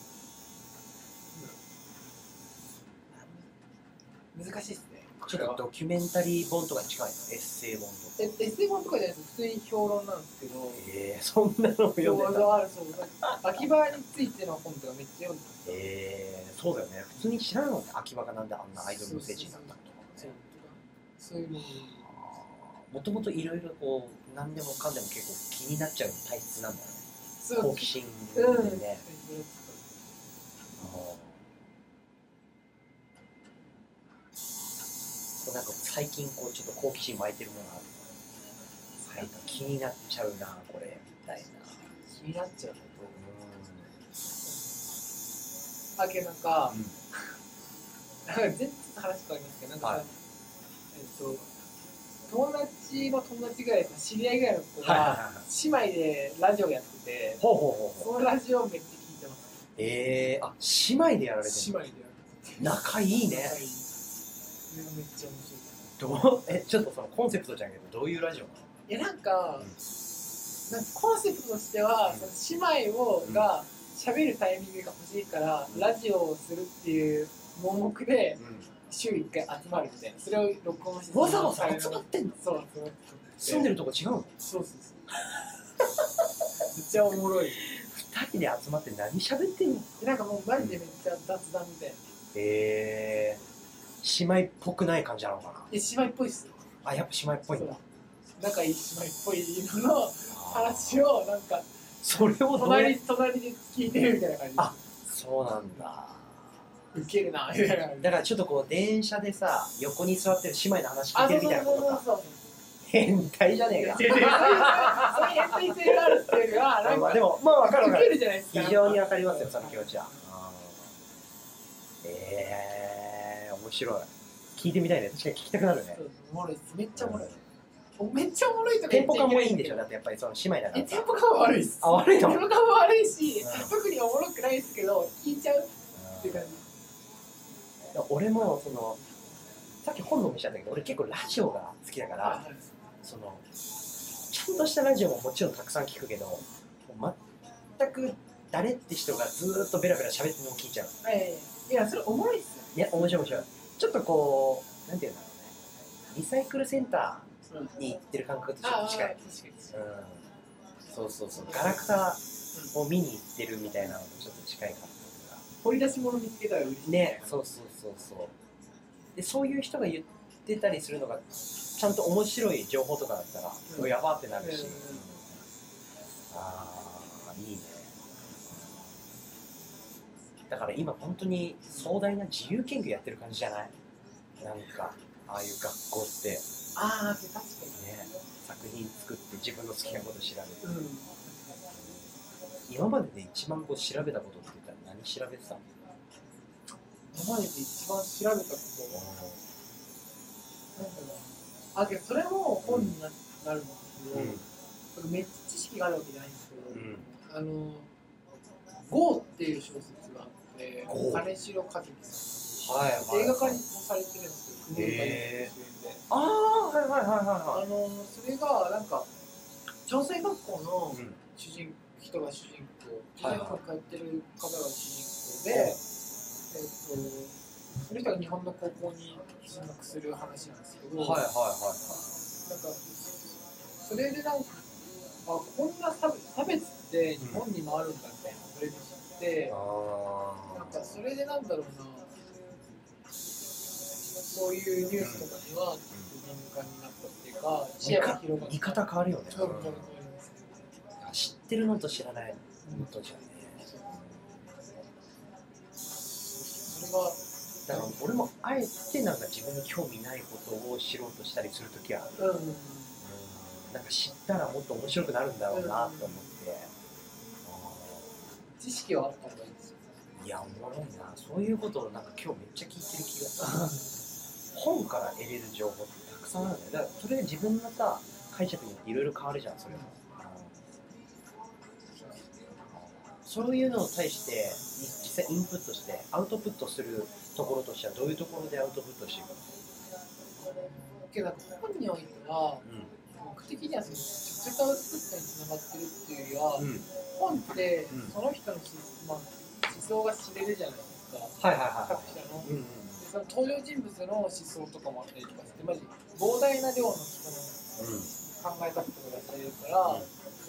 な、難しいですね。 ちょっとドキュメンタリー本とかに近いの？エッセイ本とか。 えエッセイ本とかじゃないです。普通に評論なんですけど。 えー、そんなの読んでた。 あるそう秋葉についての本とかめっちゃ読んでた。 えー、そうだよね。普通に知らないもんね。秋葉がなんであんなアイドルの聖地になったのとかね。 そういうの。 もともといろいろこう何でもかんでも結構気になっちゃう体質なんだよね。好奇心でね。うん、なんか最近こうちょっと好奇心湧いてるものがある。なんか気になっちゃうなこれみたいな。 気になっちゃう。あけなんか、うん、なんか全然話変わりますけど、なんか、はい、えっと友達の友達ぐらい知り合いぐらいの子が姉妹でラジオやってて、ほうほうほうほう、そのラジオめっちゃ聞いてます。 えー、あ、姉妹でやられてる。 姉妹でやられてる。 仲いいね。 仲いい。それがめっちゃ面白い。 どうえちょっとそのコンセプトじゃんけどどういうラジオなの？ いやなんか、うん、なんかコンセプトとしては、うん、その姉妹を、うん、が喋るタイミングが欲しいから、うん、ラジオをするっていう盲目で、うん、週いっかい集まるみたいな。それを録音して。 わざわざ集まってんの？ そう、集まって。 住んでるとこ違うの？ そうそうそう。 ちゃおもろい。 ふたりで集まって何喋ってんの？ なんかもうマジでめっちゃ雑談みたいな。 えー、姉妹っぽくない感じなのかな？ え、姉妹っぽいっすよ。 あ、やっぱ姉妹っぽいんだ。 仲いい姉妹っぽいのの話をなんかそれをどうや隣隣で聞いてるみたいな感じ。 あ、そうなんだ。 ウケるなみたいな。 だからちょっとこう電車でさ、横に座ってる姉妹の話聞いてるみたいなことか。 そうそうそうそう。 変態じゃねえか。 そういう変態性があるっていうのはなんかまあでもまあ分かる分かる。 ウケるじゃないですか。 非常に分かりますよ、その気持ちは。ええー、面白い。聞いてみたいね。確かに聞きたくなるね。 おもろいっす。めっちゃおもろい。めっちゃおもろいとかテンポ言っちゃいけない感もいいんでしょ。だってやっぱりその姉妹だから。 え、テンポ感は悪いっす。 あ、悪いの？ テンポ感も悪いし、 うん、 特におもろくないですけど、聞いちゃうっていう感じ。 俺もそのさっき本の見せたんだけど、俺結構ラジオが好きだから、 はいはい、 そのちゃんとしたラジオももちろんたくさん聞くけど、もう全く誰って人がずーっとベラベラ喋ってるのを聞いちゃう。 ええ、いや、それおもろいっすよ。 いや、面白い面白い。ちょっとこう、なんていうんだろうね、リサイクルセンターに行ってる感覚とちょっと近い。うん、そうそうそう、ガラクタを見に行ってるみたいなのとちょっと近い感覚が。 掘り出し物見つけたら嬉しいね。そうそうそうそう。で、そういう人が言ってたりするのが、ちゃんと面白い情報とかだったら、うん、やばってなるし。うん、ああ、いいね。だから今本当に壮大な自由研究やってる感じじゃない？なんかああいう学校って。 ああ、確かにね、作品作って自分の好きなこと調べて、 うん、 今までで一番こう調べたことって言ったら何調べてたの？ 今までで一番調べたことはなんだろう。あ、けどそれも本になるんですけど、うん、めっちゃ知識があるわけじゃないんですけど、うん、あのゴーっていう小説があって、金城和樹さん、はいはいはい、映画化にもされてるんですけど、えー、ああ、はいはいはいはい、あのそれがなんか朝鮮学校の主人、うん、人が主人公、朝鮮学校に通ってる方が主人公で、はいはい、えー、っとその人が日本の高校に進学する話なんですけど、はいはいはいはい、なんかそれでなんかあこんな差別って日本にもあるんだみたいな、それで知って、うん、なんかそれでなんだろうな、そういうニュースとかには敏感になったっていうか、視野が広がった。見方変わるよね。うん、知ってるのと知らないのとじゃね、うん、それがだから俺もあえてなんか自分に興味ないことを知ろうとしたりするときはある、うん、うん、なんか知ったらもっと面白くなるんだろうなと思って、うん、知識はあった方がいいですよ。いや、おもろいな。そういうことをなんか今日めっちゃ聞いてる気がする本から得れる情報ってたくさんあるんだよ。だからそれで自分のさ解釈によっていろいろ変わるじゃん、それも、うん、そういうのに対して実際インプットしてアウトプットするところとしてはどういうところでアウトプットしていくの？けど本においては、うん、目的にはその直接アウトプットにつながってるっていうよりは、うん、本ってその人の、まあ、思想が知れるじゃないですか、はいはいはい、作者の、うんうん、でその登場人物の思想とかもあったりとかして、マジ膨大な量の人の考え方とかがされるから、うん、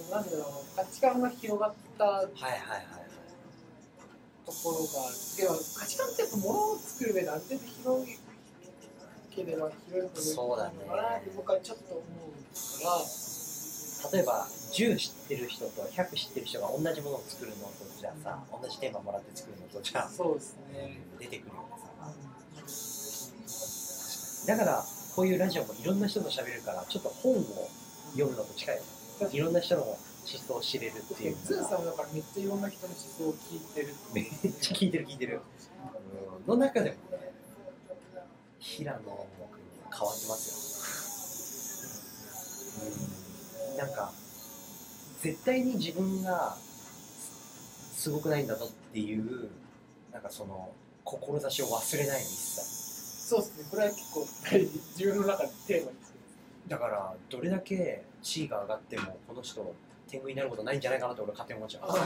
なんだろう、価値観が広がった、はいはいはい、ところがある。でも価値観ってやっぱ物を作る上である程度広いければ広いほどいいのかなって僕はちょっと思うから、例えばじゅう知ってる人とひゃく知ってる人が同じものを作るのとじゃあさ、うん、同じテーマもらって作るのとじゃあそうですね、出てくるよねさ、うん、だからこういうラジオもいろんな人と喋るからちょっと本を読むのと近いよね、うん、いろんな人の思想を知れるっていう。ズンさんもだからめっちゃいろんな人の思想を聞いてる。めっちゃ聞いてる聞いてる。うん、の中でもね、平野君は変わってますよ。うん、なんか絶対に自分がすごくないんだぞっていうなんかその志を忘れないの一切。そうですね。これは結構大事、自分の中でテーマにしてる。だからどれだけ地位が上がってもこの人天狗になることないんじゃないかなと俺は勝手に思っちゃう。うん、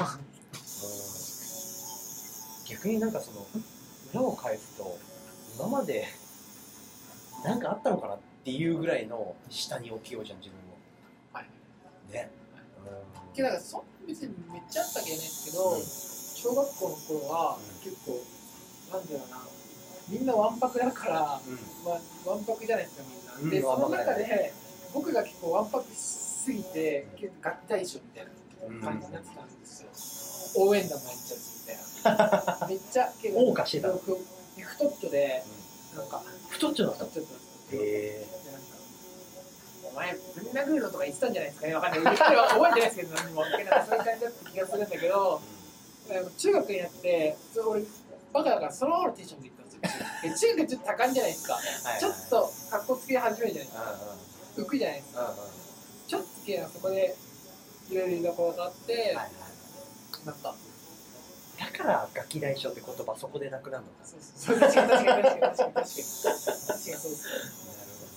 逆になんかその裏を返すと今まで何かあったのかなっていうぐらいの下に置きようじゃん自分を。はい。ね。うん。けどなんかそん別にめっちゃあったわけじゃないですけど、うん、小学校の頃は結構、なんだろうな、みんなわんぱくだから、うん、まあ、わんぱくじゃないですかみんな。で、うん、その中で僕が結構わんぱくしすぎて、結構合体賞みたいな感じになってたんですよ。うん、応援団もやっちゃうみたいな。めっちゃ結構。 謳歌してた。 太っちょで、なんか太っちょだった。 太っちょだった。 へー。 お前ぶん殴るのとか言ってたんじゃないですかね。わかんない。覚えてないですけど何も。そういう感じだった気がするんだけど、うん、中学になって俺バカだからそのままのテンションで行ったんですよ。中学ちょっと高いんじゃないですか。ちょっと格好つけ始めるじゃないですか。浮くじゃないですか。ちょっとけなそこでいろいろ居所があって、なんか。 だからガキ大将って言葉そこでなくなるのか。 そうそうそう。確かに確かに確かに確かに確かにそうです。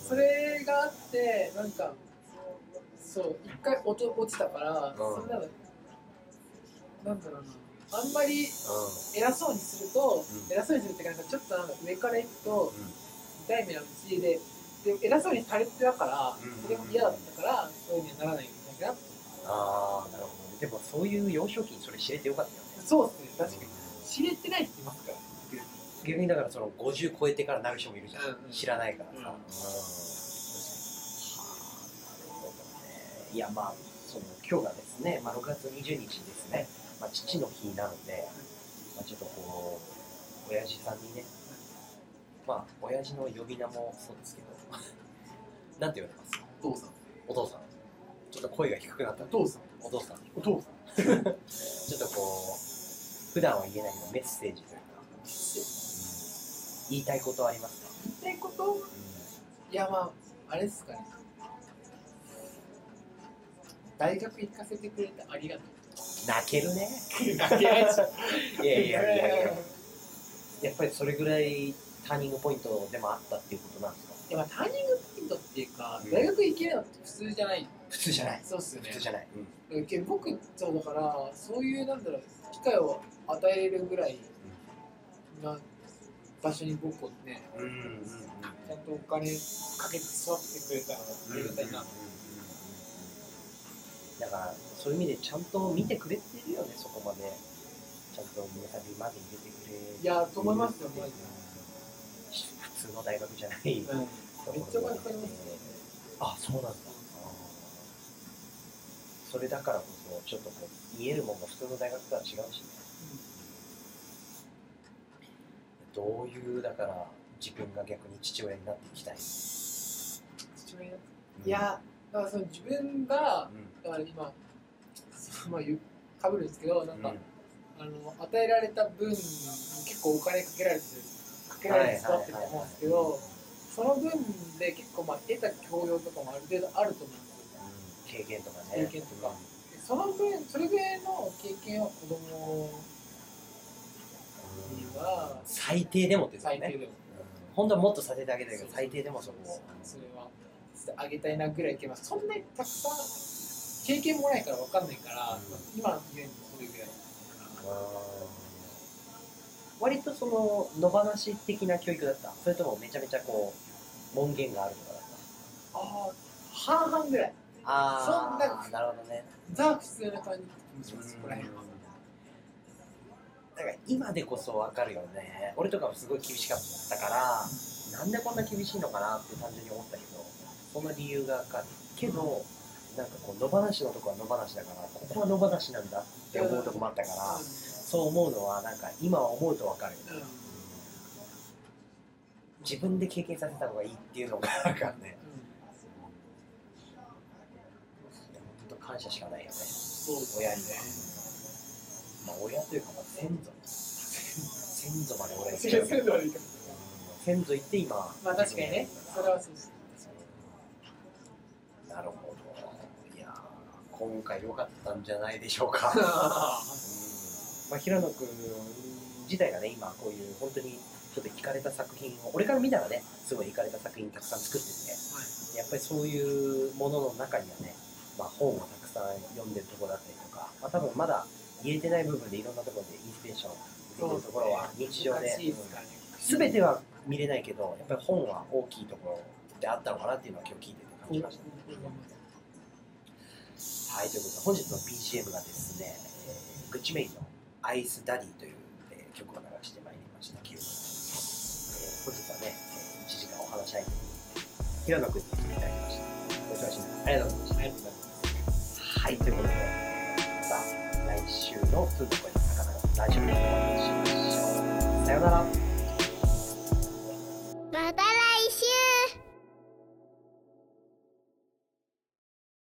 それがあってなんかそう一回落ち落ちたから、うん、それなのなんだろうなあんまり偉そうにすると、うん、偉そうにするっていうかちょっとなんか上から行くと、うん、痛い目な口でで偉そうにされてたから、うん、それも嫌だったからそういう風にはならないんだなって。 ああなるほど。でもそういう幼少期にそれ知れてよかったよね。 そうですね確かに、うん、知れてないって言いますから。 逆にだからそのごじゅう超えてからなる人もいるじゃん、うんうん、知らないからさ、うんうん、はあなるほどね。いやまあその今日がですね、まあ、ろくがつにじゅうにちですね、まあ、父の日なので、まあ、ちょっとこう親父さんにね、まあ親父の呼び名もそうですけどなんて言われます？ お父さん。お父さん。ちょっと声が低くなった。 お父さん。 お父さん。 お父さん。 ちょっとこう普段は言えないけどメッセージというか。言いたいことはありますか？ 言いたいこと、うん、いやまああれですかね。大学行かせてくれてありがとう。 泣けるね。 泣けないでしょ。 いやいやいやいや。やっぱりそれぐらいターニングポイントでもあったっていうことなんですか？ いやまあターニングポイントっていうか、うん、大学行けるのって普通じゃない。 普通じゃない。 そうっすよね。 普通じゃない。 うん、僕そうだからそういうなんだろう機会を与えるぐらいな。場所に僕をね、うんうんうん、ちゃんとお金かけて座ってくれたらありがたいな。 だからそういう意味でちゃんと見てくれてるよね、そこまでちゃんと皆さんにまで入れてくれる。 いやと思いますよ、マジで。 普通の大学じゃない、うん、めっちゃお金かかりますね。あ、 そうなんだ。それだからこそちょっとこう見えるものが普通の大学とは違うしね。どういうだから自分が逆に父親になっていきたい。 父親、うん、いやだからその自分が、うん、だから今まあ言うかぶるんですけどなんか、うん、あの与えられた分結構お金かけられてかけられて育ってると思うんですけど、その分で結構まあ得た教養とかもある程度あると思うんですよ。 経験とかね。 経験とか、うん、その分それぐらいの経験は子供最低でもって言うね。最低でも。 本当はもっとさせてあげたいけど、最低でもそこを。 それはあげたいなぐらいいけます。そんなにたくさん経験もないから分かんないから、うん、今の家にそれぐらい。 割とその野放し的な教育だった。それともめちゃめちゃこう門限があるとかだった。 ああ、半々ぐらい。 ああ、なるほどね。 ザ普通な感じ気します。これ。 だから今でこそ分かるよね。俺とかもすごい厳しかったから、なんでこんな厳しいのかなって単純に思ったけど、そんな理由が分かるけど、なんかこう野放しのとこは野放しだから、ここは野放しなんだって思うとこもあったから、そう思うのはなんか今は思うと分かるよね。自分で経験させた方がいいっていうのがあるからね。本当感謝しかないよね。親にね。まあ親というかまあ先祖先祖まで俺は先祖まで行く。 先祖行って今まあ確かにねそれはそうです。 なるほど。いや今回良かったんじゃないでしょうか。うん、まあ平野君自体がね今こういう本当にちょっと惹かれた作品を俺から見たらねすごい惹かれた作品たくさん作ってて、はい、やっぱりそういうものの中にはね、まあ、本をたくさん読んでるところだったりとか、まあ、多分まだ言えてない部分でいろんなところでインスピレーション受けてるところは日常で、すべては見れないけどやっぱり本は大きいところであったのかなっていうのは今日聞いてて感じましたね。 はい、ということで本日の ビージーエム がですね、えー、グッチメインのアイスダディという、えー、曲を流してまいりましたけれども、えー、本日はね、いちじかんお話し相手に平野君に来ていただきました。お忙しい中ありがとうございました。ありがとうございます。はい、ということで、また来週のフードコインの魚のラジオでお会いしましょう。さようなら。